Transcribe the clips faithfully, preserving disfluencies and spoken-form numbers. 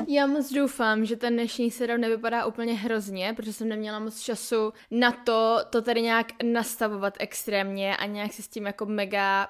Já moc doufám, že ten dnešní seriál nevypadá úplně hrozně, protože jsem neměla moc času na to, to tady nějak nastavovat extrémně a nějak si s tím jako mega...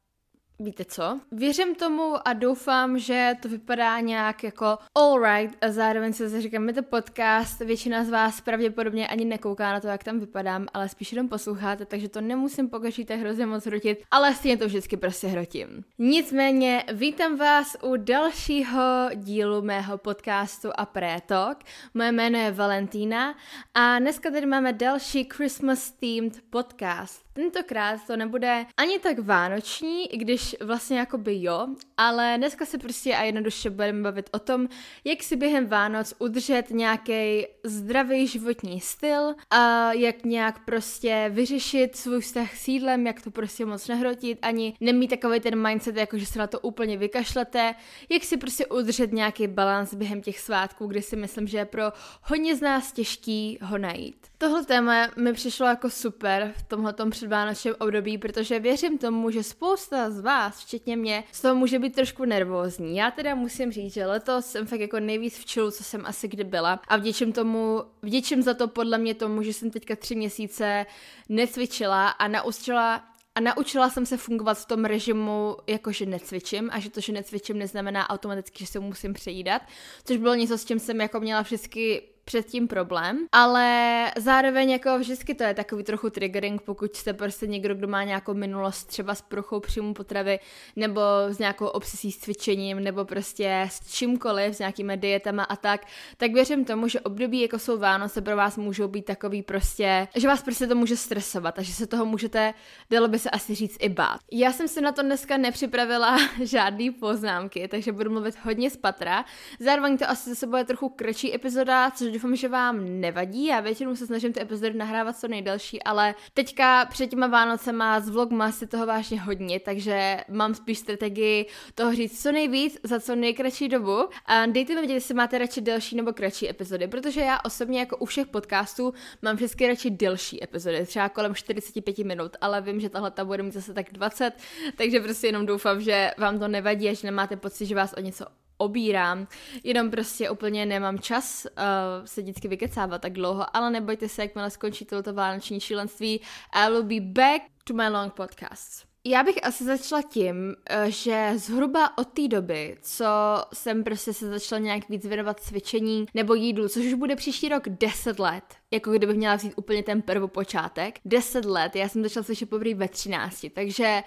Víte co? Věřím tomu a doufám, že to vypadá nějak jako alright a zároveň se říkám, je to podcast, většina z vás pravděpodobně ani nekouká na to, jak tam vypadám, ale spíš jenom posloucháte, takže to nemusím pokažít tak hrozně moc hrotit, ale stejně to vždycky prostě hrotím. Nicméně vítám vás u dalšího dílu mého podcastu a Pré-talk. Moje jméno je Valentína a dneska tady máme další Christmas themed podcast. Tentokrát to nebude ani tak vánoční, i když vlastně jakoby jo, ale dneska se prostě a jednoduše budeme bavit o tom, jak si během Vánoc udržet nějaký zdravý životní styl a jak nějak prostě vyřešit svůj vztah s jídlem, jak to prostě moc nehrotit, ani nemít takový ten mindset, jako že se na to úplně vykašlete, jak si prostě udržet nějaký balans během těch svátků, kdy si myslím, že je pro hodně z nás těžký ho najít. Tohle téma mi přišlo jako super v tomhletom předvánočním období, protože věřím tomu, že spousta z vás, včetně mě, z toho může být trošku nervózní. Já teda musím říct, že letos jsem fakt jako nejvíc v chillu, co jsem asi kdy byla a vděčím tomu, vděčím za to podle mě tomu, že jsem teďka tři měsíce necvičila a naučila A naučila jsem se fungovat v tom režimu, jakože necvičím a že to, že necvičím, neznamená automaticky, že se musím přejídat, což bylo něco, s čím jsem jako měla vždycky předtím problém, ale zároveň jako vždycky to je takový trochu triggering, pokud jste prostě někdo, kdo má nějakou minulost třeba s poruchou příjmu potravy nebo s nějakou obsesí s cvičením nebo prostě s čímkoliv, s nějakými dietama a tak, tak věřím tomu, že období jako jsou Vánoce pro vás můžou být takový prostě, že vás prostě to může stresovat a že se toho můžete, dalo by se asi říct, i bát. Já jsem si na to dneska nepřipravila žádný poznámky, takže budu mluvit hodně z patra. Zároveň to asi zase bude trochu kratší epizoda, což doufám, že vám nevadí. Já většinou se snažím ty epizody nahrávat co nejdelší, ale teďka před těma Vánocema z vlogmas je toho vážně hodně, takže mám spíš strategii toho říct co nejvíc za co nejkratší dobu. A dejte mi vědět, jestli máte radši delší nebo kratší epizody, protože já osobně jako u všech podcastů mám vždycky radši delší epizody, třeba kolem čtyřicet pět minut, ale vím, že tahle ta bude mít zase tak dvacet, takže prostě jenom doufám, že vám to nevadí a že nemáte pocit, že vás o něco obírám, jenom prostě úplně nemám čas uh, se vždycky vykecávat tak dlouho, ale nebojte se, jakmile skončí tohoto vánoční šílenství, I will be back to my long podcasts. Já bych asi začala tím, že zhruba od té doby, co jsem prostě se začala nějak víc věnovat cvičení nebo jídlu, což už bude příští rok deset let, jako kdybych měla vzít úplně ten prvopočátek, deset let, já jsem začala cvičit poprvé ve třinácti, takže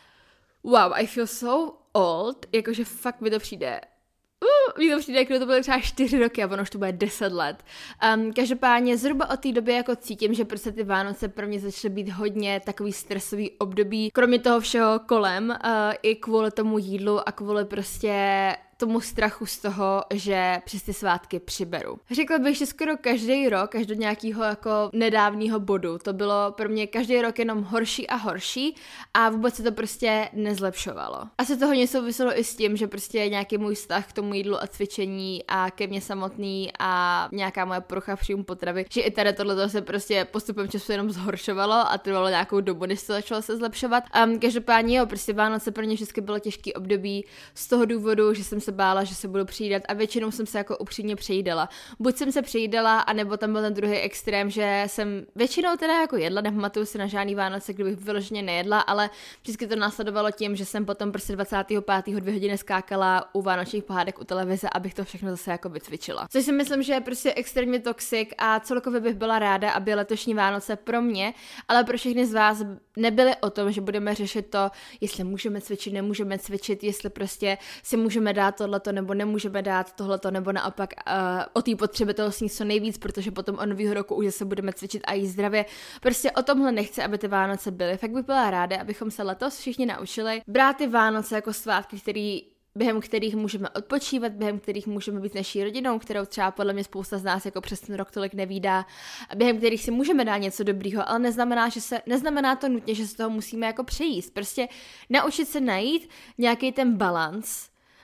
wow, I feel so old, jakože fakt mi to přijde Uh, mi to přijde, jako to bylo třeba čtyři roky a ono už to bude deset let. Um, každopádně zhruba od té doby jako cítím, že prostě ty Vánoce pro mě začaly být hodně takový stresový období, kromě toho všeho kolem, uh, i kvůli tomu jídlu a kvůli prostě tomu strachu z toho, že přes ty svátky přiberu. Řekla bych, že skoro každý rok, až do nějakého jako nedávného bodu, to bylo pro mě každý rok jenom horší a horší a vůbec se to prostě nezlepšovalo. Asi toho něco souviselo i s tím, že prostě nějaký můj vztah k tomu jídlu a cvičení a ke mně samotný a nějaká moje porucha příjmu potravy, že i tady tohle se prostě postupem času jenom zhoršovalo a trvalo nějakou dobu, než to začalo se zlepšovat. Um, každopádně jo, prostě Vánoce pro mě vždycky bylo těžký období z toho důvodu, že jsem se bála, že se budu přijídat a většinou jsem se jako upřímně přejídala. Buď jsem se přejídala, anebo tam byl ten druhý extrém, že jsem většinou teda jako jedla, nepamatuju si na žádný Vánoce, kdybych vyloženě nejedla, ale vždycky to následovalo tím, že jsem potom prostě dvacátého pátého dvě hodiny skákala u vánočních pohádek u televize, abych to všechno zase jako vycvičila. Což si myslím, že je prostě extrémně toxic a celkově bych byla ráda, aby letošní Vánoce pro mě, ale pro všechny z vás nebyly o tom, že budeme řešit to, jestli můžeme cvičit, nemůžeme cvičit, jestli prostě si můžeme dát tohleto nebo nemůžeme dát tohleto, nebo naopak uh, o té potřebě toho sníst co nejvíc, protože potom o novýho roku už se budeme cvičit a jíst zdravě. Prostě o tomhle nechci, aby ty Vánoce byly. Fakt bych byla ráda, abychom se letos všichni naučili brát ty Vánoce jako svátky, který během kterých můžeme odpočívat, během kterých můžeme být naší rodinou, kterou třeba podle mě spousta z nás jako přes ten rok tolik nevídá, a během kterých si můžeme dát něco dobrýho, ale neznamená, že se, neznamená to nutně, že se toho musíme jako přejíst. Prostě naučit se najít nějaký ten balans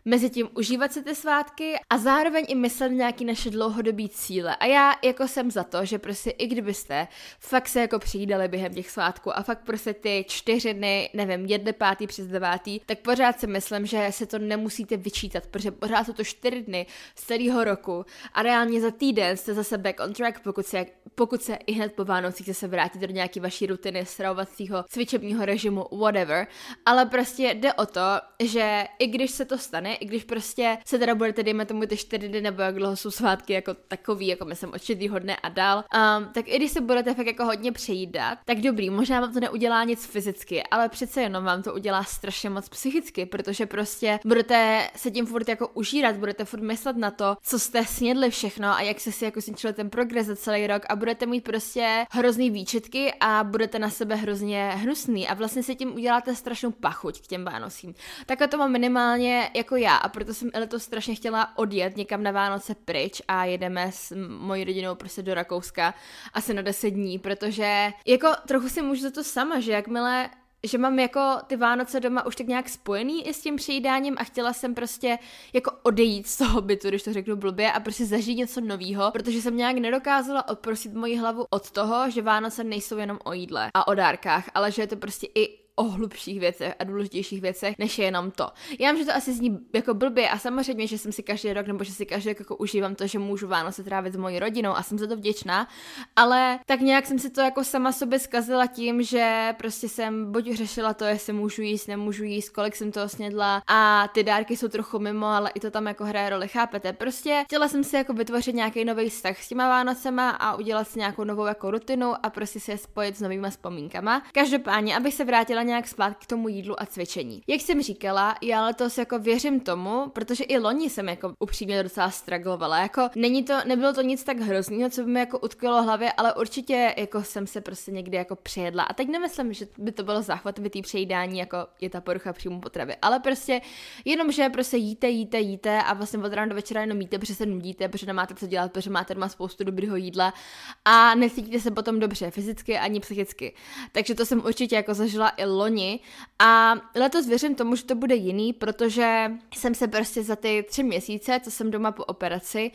mezi tím užívat si ty svátky a zároveň i myslet nějaký naše dlouhodobý cíle. A já jako jsem za to, že prostě i kdybyste fakt se jako přijídali během těch svátků a fakt prostě ty čtyři dny, nevím, jedne pátý přes devátý, tak pořád si myslím, že se to nemusíte vyčítat, protože pořád jsou to čtyři dny z celého roku a reálně za týden jste zase back on track, pokud se, pokud se i hned po Vánocích se vrátíte do nějaké vaší rutiny, stravovacího, cvičebního režimu, whatever, ale prostě jde o to, že i když se to stane, i když prostě se teda budete, dejme tomu ty čtyři dny, nebo jak dlouho jsou svátky jako takový, jako myslím od čtyřiho dne a dál, um, tak i když se budete fakt jako hodně přejídat, tak dobrý, možná vám to neudělá nic fyzicky, ale přece jenom vám to udělá strašně moc psychicky, protože prostě budete se tím furt jako užírat, budete furt myslet na to, co jste snědli všechno a jak se si jako zničili ten progres za celý rok a budete mít prostě hrozný výčitky a budete na sebe hrozně hnusný a vlastně si tím uděláte strašnou pachuť k těm Vánocím. Takhle to mám minimálně jako já a proto jsem letos strašně chtěla odjet někam na Vánoce pryč a jedeme s mojí rodinou prostě do Rakouska asi na deset dní, protože jako trochu si můžu za to sama, že jakmile že mám jako ty Vánoce doma už tak nějak spojený i s tím přijídáním a chtěla jsem prostě jako odejít z toho bytu, když to řeknu blbě a prostě zažít něco novýho, protože jsem nějak nedokázala odprosit moji hlavu od toho, že Vánoce nejsou jenom o jídle a o dárkách, ale že je to prostě i o hlubších věcech a důležitějších věcech, než je jenom to. Já vím, že to asi zní jako blbě a samozřejmě, že jsem si každý rok, nebo že si každý rok jako užívám to, že můžu Vánoce trávit s mojí rodinou a jsem za to vděčná, ale tak nějak jsem si to jako sama sobě zkazila tím, že prostě jsem buď řešila to, jestli můžu jíst, nemůžu jíst, kolik jsem toho snědla a ty dárky jsou trochu mimo, ale i to tam jako hraje roli, chápete? Prostě chtěla jsem si jako vytvořit nějaký nový vztah s těma Vánocema a udělat si nějakou novou jako rutinu a prostě se je spojit s novýma vzpomínkama. Každopádně, abych se vrátila nějak zpátky k tomu jídlu a cvičení. Jak jsem říkala, já letos jako věřím tomu, protože i loni jsem jako upřímně docela strugglovala. Jako není to, nebylo to nic tak hroznýho, co by mi jako utkvělo v hlavě, ale určitě jako jsem se prostě někdy jako přejedla. A teď nemyslím, že by to bylo záchvatovitý přejídání, jako je ta porucha příjmu potravy, ale prostě jenom, že prostě jíte, jíte, jíte a vlastně od rána do večera jenom jíte, protože se nudíte, protože nemáte co dělat, protože máte doma spoustu dobrýho jídla a necítíte se potom dobře, fyzicky ani psychicky. Takže to jsem určitě jako zažila i loni a letos věřím tomu, že to bude jiný, protože jsem se prostě za ty tři měsíce, co jsem doma po operaci,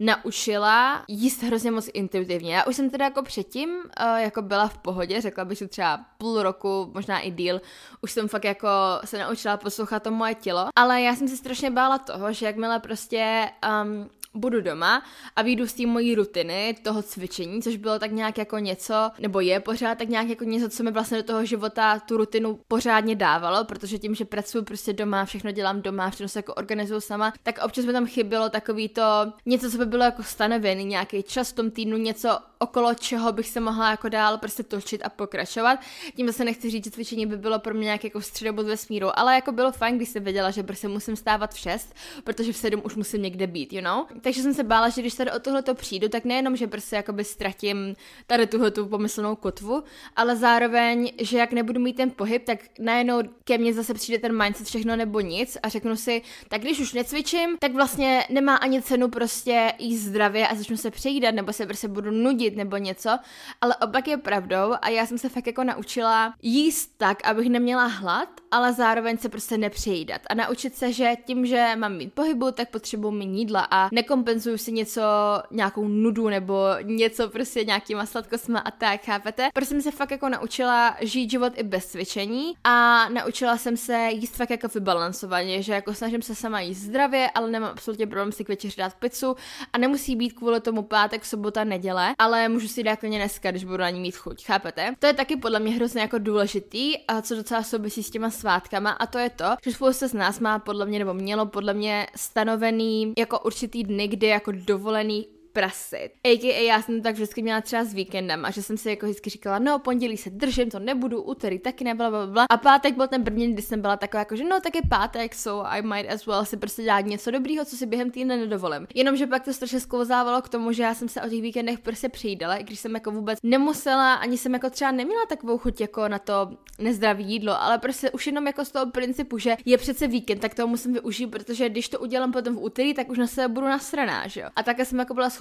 naučila jíst hrozně moc intuitivně. Já už jsem teda jako předtím uh, jako byla v pohodě, řekla bych, že třeba půl roku, možná i díl, už jsem fakt jako se naučila poslouchat to moje tělo, ale já jsem se strašně bála toho, že jakmile prostě um, budu doma a vyjdu z té mojí rutiny, toho cvičení, což bylo tak nějak jako něco, nebo je pořád tak nějak jako něco, co mi vlastně do toho života tu rutinu pořádně dávalo, protože tím, že pracuji prostě doma, všechno dělám doma, všechno se jako organizuju sama, tak občas mi tam chybělo takový to něco, co by bylo jako stanovený, nějaký čas v tom týdnu, něco okolo čeho bych se mohla jako dál prostě točit a pokračovat. Tím zase nechci říct, že cvičení by bylo pro mě nějak jako středobod vesmíru, ale jako bylo fajn, když jsem věděla, že prostě musím stávat v šest, protože v sedm už musím někde být, you know? Takže jsem se bála, že když tady o tohleto přijdu, tak nejenom, že prostě jakoby ztratím tady tuhletu pomyslnou kotvu, ale zároveň, že jak nebudu mít ten pohyb, tak najednou ke mně zase přijde ten mindset všechno nebo nic a řeknu si, tak když už necvičím, tak vlastně nemá ani cenu prostě jíst zdravě a začnu se přejídat nebo se prostě budu nudit nebo něco, ale opak je pravdou a já jsem se fakt jako naučila jíst tak, abych neměla hlad, ale zároveň se prostě nepřejídat a naučit se, že tím, že mám mít pohybu, tak potřebuji mít jídla a nekompenzuju si něco, nějakou nudu nebo něco prostě nějakýma sladkostma a tak, chápete? Prostě jsem se fakt jako naučila žít život i bez cvičení a naučila jsem se jíst fakt jako vybalancovaně, že jako snažím se sama jíst zdravě, ale nemám absolutně problém si k večeři dát pizzu a nemusí být kvůli tomu pátek, sobota, neděle, ale můžu si dát klidně dneska, když budu na ní mít chuť, chápete? To je taky podle mě hrozně jako důležitý a co docela souvisí s těma svátkama a to je to, že spousta z nás má podle mě nebo mělo podle mě stanovený jako určitý dny, kdy jako dovolený prasit. A K A já jsem to tak vždycky měla třeba s víkendem a že jsem si jako vždycky říkala, no pondělí se držím, to nebudu, úterý taky nebyla, blablabla. A pátek byl ten první, kdy jsem byla taková jako, že no tak je pátek, so I might as well si prostě dělat něco dobrýho, co si během týdne nedovolím. Jenomže pak to strašně sklouzávalo k tomu, že já jsem se o těch víkendech prostě přijídala, i když jsem jako vůbec nemusela, ani jsem jako třeba neměla takovou chuť jako na to nezdravý jídlo, ale prostě už jenom jako z toho principu, že je přece víkend, tak toho musím využít, protože když to udělám potom v úterý, tak už na sebe budu nasraná, že jo. A také jsem jako byla schopná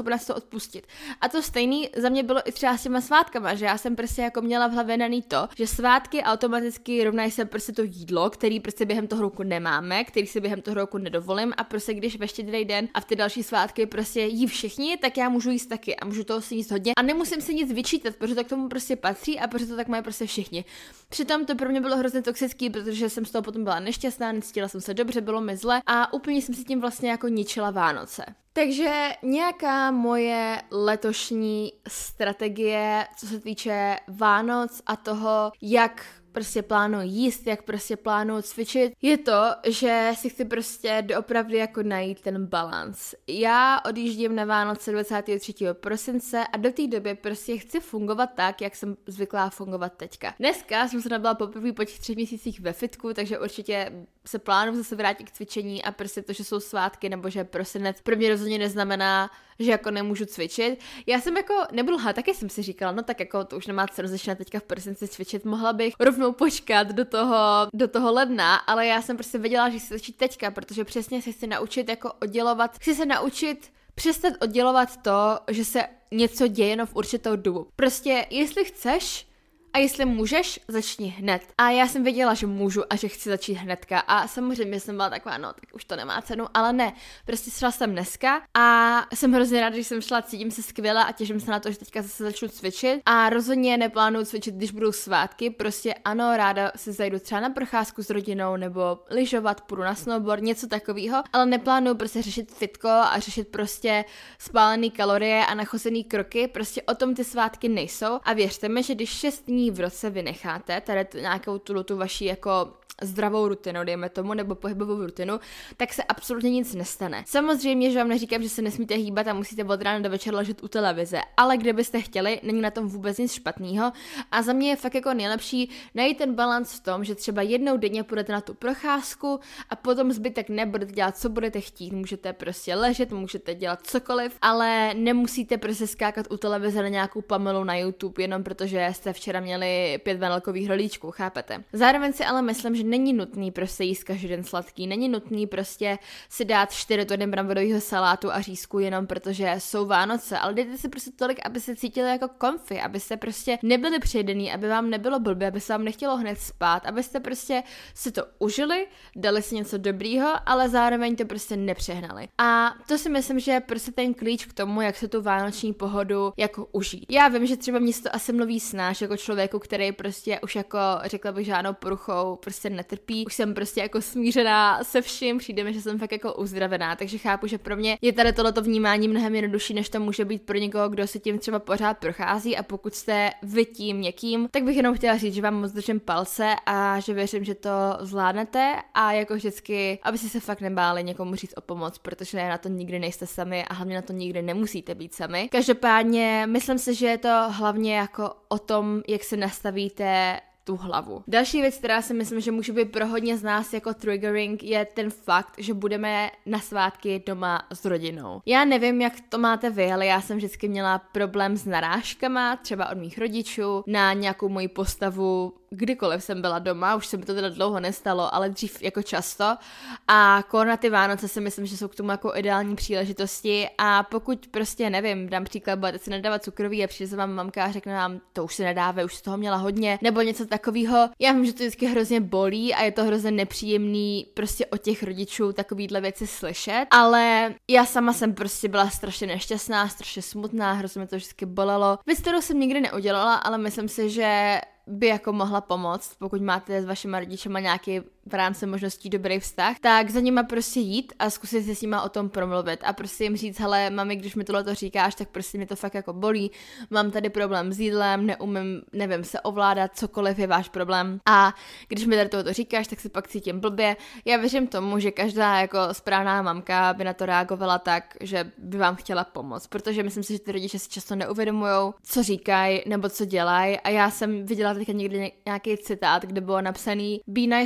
schopna si to odpustit. A to stejný za mě bylo i třeba s těma svátkama, že já jsem prostě jako měla v hlavě daný to, že svátky automaticky rovnají se prostě to jídlo, který prostě během toho roku nemáme, který si během toho roku nedovolím a prostě když ve štědrý den a v ty další svátky prostě jí všichni, tak já můžu jíst taky a můžu toho si jíst hodně a nemusím si nic vyčítat, protože to k tomu prostě patří a protože to tak mají prostě všichni. Přitom to pro mě bylo hrozně toxický, protože jsem z toho potom byla nešťastná, necítila jsem se dobře, bylo mi zle a úplně jsem si tím vlastně jako ničila Vánoce. Takže nějaká moje letošní strategie, co se týče Vánoc a toho, jak prostě plánuji jíst, jak prostě plánuji cvičit, je to, že si chci prostě doopravdy jako najít ten balans. Já odjíždím na Vánoce dvacátého třetího prosince a do té doby prostě chci fungovat tak, jak jsem zvyklá fungovat teďka. Dneska jsem se nabyla poprvé po těch třech měsících ve fitku, takže určitě se plánuji zase vrátit k cvičení a prostě to, že jsou svátky nebo že je prosinec, pro mě rozhodně neznamená, že jako nemůžu cvičit. Já jsem jako, nebudu lhát, taky jsem si říkala, no tak jako to už nemá cenu začínat teďka v prosinci cvičit, mohla bych rovnou počkat do toho, do toho ledna, ale já jsem prostě věděla, že chci začít teďka, protože přesně se chci naučit jako oddělovat, chci se naučit přestat oddělovat to, že se něco děje jenom v určitou dobu. Prostě jestli chceš a jestli můžeš, začni hned. A já jsem věděla, že můžu a že chci začít hnedka. A samozřejmě jsem byla taková, no tak už to nemá cenu, ale ne. Prostě šla jsem dneska a jsem hrozně ráda, že jsem šla, cítím se skvěle a těším se na to, že teďka zase začnu cvičit. A rozhodně neplánuju cvičit, když budou svátky. Prostě ano, ráda si zajdu třeba na procházku s rodinou nebo lyžovat, půjdu na snowboard, něco takového, ale neplánuju prostě řešit fitko a řešit prostě spálené kalorie a nachozený kroky. Prostě o tom ty svátky nejsou. A věřte mi, že když šest dní v roce vynecháte, tady tu, nějakou tu, tu vaši jako zdravou rutinu, dejme tomu, nebo pohybovou rutinu, tak se absolutně nic nestane. Samozřejmě, že vám neříkám, že se nesmíte hýbat a musíte od rána do večera ležet u televize, ale kdybyste chtěli, není na tom vůbec nic špatného a za mě je fakt jako nejlepší najít ten balans v tom, že třeba jednou denně půjdete na tu procházku a potom zbytek nebudete dělat, co budete chtít. Můžete prostě ležet, můžete dělat cokoliv, ale nemusíte prostě skákat u televize na nějakou Pamelu na YouTube, jenom protože jste včera měli pět vanilkových rolíčků, chápete? Zároveň si ale myslím, že není nutný prostě jíst každý den sladký, není nutný prostě si dát čtyři tony bramborového salátu a řízku jenom protože jsou Vánoce, ale dejte si prostě tolik, aby se cítili jako comfy, abyste prostě nebyli přejedený, aby vám nebylo blbě, aby se vám nechtělo hned spát, abyste prostě si to užili, dali si něco dobrýho, ale zároveň to prostě nepřehnali. A to si myslím, že je prostě ten klíč k tomu, jak se tu vánoční pohodu jako užít. Já vím, že třeba mě to asi mluví snáš jako člověku, který prostě už jako řekla bych žádnou poruchou prostě netrpí, už jsem prostě jako smířená se vším, přijde mi, že jsem fakt jako uzdravená, takže chápu, že pro mě je tady tohleto vnímání mnohem jednodušší, než to může být pro někoho, kdo se tím třeba pořád prochází a pokud jste vy tím někým, tak bych jenom chtěla říct, že vám moc držím palce a že věřím, že to zvládnete a jako vždycky, aby si se fakt nebáli někomu říct o pomoc, protože na to nikdy nejste sami a hlavně na to nikdy nemusíte být sami. Každopádně myslím si, že je to hlavně jako o tom, jak se nastavíte tu hlavu. Další věc, která si myslím, že může být pro hodně z nás jako triggering, je ten fakt, že budeme na svátky doma s rodinou. Já nevím, jak to máte vy, ale já jsem vždycky měla problém s narážkama, třeba od mých rodičů, na nějakou moji postavu, kdykoliv jsem byla doma, už se mi to teda dlouho nestalo, ale dřív jako často. A kor na ty Vánoce si myslím, že jsou k tomu jako ideální příležitosti a pokud prostě nevím, dám příklad, budete si nedávat cukroví a přijde se vám mamka a řekne vám, to už se nedává, už z toho měla hodně, nebo něco takového. Já vím, že to vždycky hrozně bolí a je to hrozně nepříjemný prostě od těch rodičů takovýhle věci slyšet, ale já sama jsem prostě byla strašně nešťastná, strašně smutná, hrozně mi to vždycky bolelo. Věc, kterou jsem nikdy neudělala, ale myslím si, že by jako mohla pomoct, pokud máte s vašima rodičema nějaký v rámci možností dobrý vztah, tak za nima prostě jít a zkusit se s nima o tom promluvit a prostě jim říct, hele, mami, když mi tohle to říkáš, tak prostě mi to fakt jako bolí, mám tady problém s jídlem, neumím, nevím, se ovládat, cokoliv je váš problém a když mi tady tohle to říkáš, tak se pak cítím blbě. Já věřím tomu, že každá jako správná mamka by na to reagovala tak, že by vám chtěla pomoct, protože myslím si, že ty rodiče si často neuvědomujou, co říkají nebo co dělají a já jsem viděla teďka někdy nějaký citát, kde bylo napsaný Be nice to your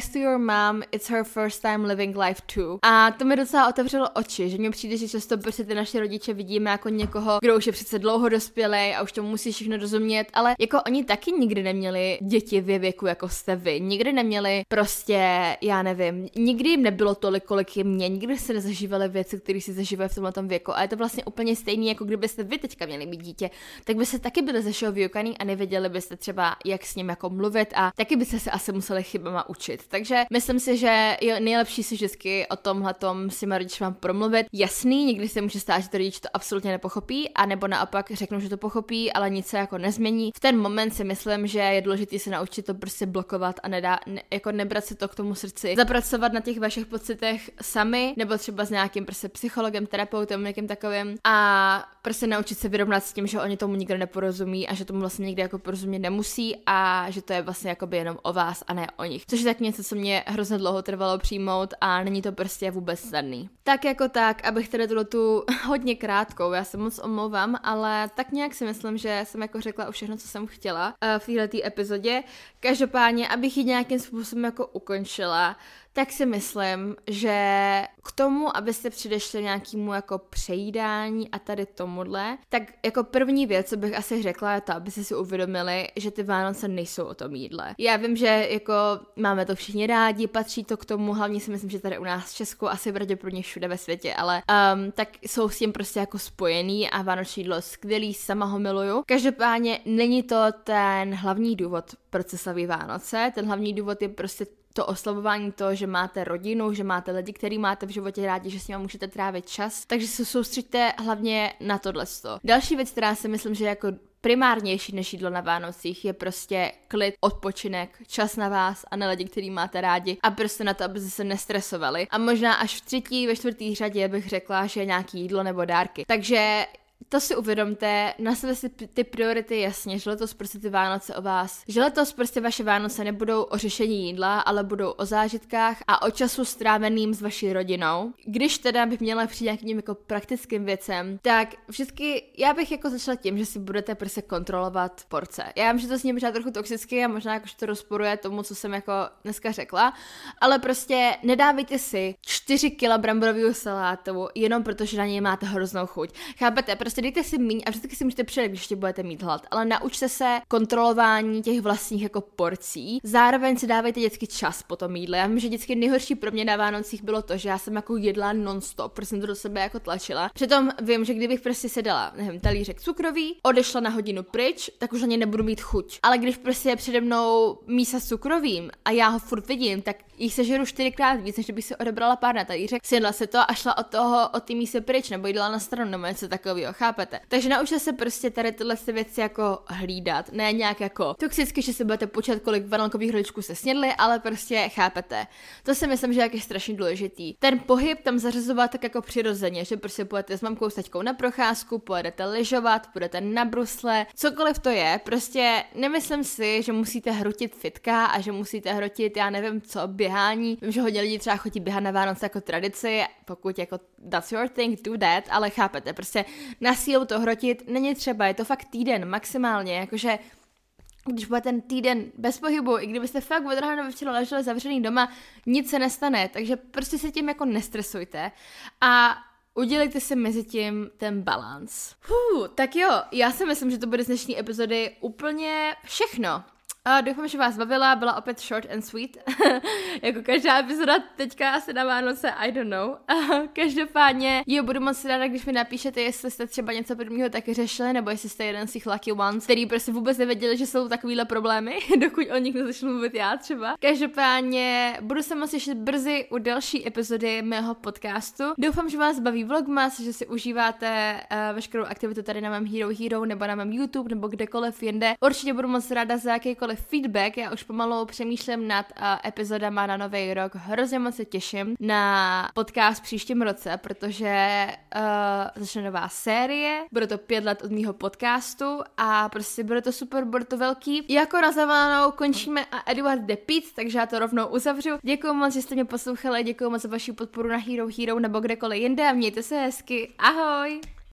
mom, it's her first time living life too. A to mi docela otevřelo oči, že mně přijde, že často prostě ty naše rodiče vidíme jako někoho, kdo už je přece dlouho dospělej a už to musí všechno rozumět, ale jako oni taky nikdy neměli děti ve věku, jako jste vy. Nikdy neměli prostě, já nevím, nikdy jim nebylo tolik, kolik je mě, nikdy se nezažívali věci, které si zažívají v tomhletom věku. A je to vlastně úplně stejný, jako kdybyste vy teďka měli mít dítě, tak byste taky byli ze všeho vyukaný a nevěděli byste třeba, jak s ním jako mluvit a taky byste se asi museli chybama učit. Takže myslím si, že je nejlepší si vždycky o tomhletom s těma rodičima promluvit. Jasný, někdy se může stát, že to rodič to absolutně nepochopí, a nebo naopak řeknou, že to pochopí, ale nic se jako nezmění. V ten moment si myslím, že je důležité se naučit to prostě blokovat a nedá, ne, jako nebrat si to k tomu srdci. Zapracovat na těch vašich pocitech sami, nebo třeba s nějakým prostě psychologem, terapeutem, někým takovým, a prostě naučit se vyrovnat s tím, že oni tomu nikdo neporozumí a že tomu vlastně nikdy jako porozumět nemusí a že to je vlastně jakoby jenom o vás a ne o nich. Což je tak něco, co mě hrozně dlouho trvalo přijmout a není to prostě vůbec snadný. Tak jako tak, abych tady tuhle tu hodně krátkou, já se moc omlouvám, ale tak nějak si myslím, že jsem jako řekla už všechno, co jsem chtěla uh, v této epizodě. Každopádně, abych ji nějakým způsobem jako ukončila, tak si myslím, že k tomu, abyste předešli nějakému jako přejídání a tady tomuhle, tak jako první věc, co bych asi řekla, je to, abyste si uvědomili, že ty Vánoce nejsou o tom jídle. Já vím, že jako máme to všichni rádi, patří to k tomu, hlavně si myslím, že tady u nás v Česku, asi pravděpodobně všude ve světě, ale um, tak jsou s tím prostě jako spojený a vánoční jídlo je skvělý, sama ho miluju. Každopádně není to ten hlavní důvod, proč se slaví Vánoce, ten hlavní důvod je prostě to oslavování, to, že máte rodinu, že máte lidi, který máte v životě rádi, že s nimi můžete trávit čas, takže se soustřeďte hlavně na tohleto. Další věc, která si myslím, že jako primárnější než jídlo na Vánocích, je prostě klid, odpočinek, čas na vás a na lidi, který máte rádi a prostě na to, abyste se nestresovali. A možná až v třetí, ve čtvrtý řadě bych řekla, že je nějaký jídlo nebo dárky. Takže to si uvědomte, nastavte si ty priority jasně, že letos prostě ty Vánoce o vás, že letos prostě vaše Vánoce nebudou o řešení jídla, ale budou o zážitkách a o času stráveným s vaší rodinou. Když teda bych měla přijít nějakým jako praktickým věcem, tak vždycky já bych jako začala tím, že si budete prostě kontrolovat porce. Já vím, že to s ním možná trochu toxicky a možná jakože to rozporuje tomu, co jsem jako dneska řekla, ale prostě nedávejte si čtyři kila bramborového salátu jenom protože na něj máte hroznou chuť. Chápete? Prostě dejte si míň a vždycky si můžete přijet, když budete mít hlad, ale naučte se kontrolování těch vlastních jako porcí. Zároveň si dávejte vždycky čas po tom jídle. Já vím, že vždycky nejhorší pro mě na Vánocích bylo to, že já jsem jako jedla non-stop, protože jsem to do sebe jako tlačila. Přitom vím, že kdybych prostě si dala, nevím, talířek cukrový, odešla na hodinu pryč, tak už na ně nebudu mít chuť. Ale když prostě je přede mnou mísa s cukrovým a já ho furt vidím, tak jich sežeru čtyřikrát víc, než kdybych si odebrala pár na talířek, sjedla se to a šla od toho, od té mísy pryč, nebo jídla na stranu, nebo něco takového, chápete? Takže naučte se prostě tady tyhle věci jako hlídat, ne nějak jako toxicky, že se budete počítat, kolik vanilkových hrožků se snědli, ale prostě chápete. To si myslím, že je strašně důležitý. Ten pohyb tam zařazovat tak jako přirozeně, že prostě půjdete s mamkou s taťkou na procházku, pojedete lyžovat, půjdete na brusle, cokoliv to je, prostě nemyslím si, že musíte hrotit fitka a že musíte hrotit, já nevím co, běhání. Vím, že hodně lidí třeba chodí běhat na Vánoce jako tradici, pokud jako that's your thing, do that, ale chápete, prostě na sílu to hrotit není třeba, je to fakt týden maximálně, jakože když bude ten týden bez pohybu, i kdybyste fakt od rána do večera leželi zavřený doma, nic se nestane, takže prostě se tím jako nestresujte a udělejte si mezi tím ten balans. Hů, tak jo, já si myslím, že to bude z dnešní epizody úplně všechno. A doufám, že vás bavila, byla opět short and sweet, jako každá epizoda teďka asi na Vánoce, I don't know. Každopádně, jo, budu moc ráda, když mi napíšete, jestli jste třeba něco podobného taky řešili, nebo jestli jste jeden z těch lucky ones, který prostě vůbec nevěděli, že jsou takovýhle problémy, dokud o nich nezačnu mluvit já třeba. Každopádně, budu se moc těšit brzy u další epizody mého podcastu. Doufám, že vás baví vlogmas, že si užíváte uh, veškerou aktivitu tady na mém Hero Hero, nebo na mém YouTube, nebo kdekoliv jinde. Určitě budu moc ráda za jakýkoliv feedback, já už pomalu přemýšlím nad uh, epizodama na nový rok, hrozně moc se těším na podcast příštím roce, protože uh, začne nová série, bude to pět let od mýho podcastu a prostě bude to super, bude to velký. Jako na zavolánou končíme a Eduard jde pít, takže já to rovnou uzavřu. Děkuji moc, že jste mě poslouchali, děkuji moc za vaši podporu na Hero Hero nebo kdekoliv jinde a mějte se hezky, ahoj!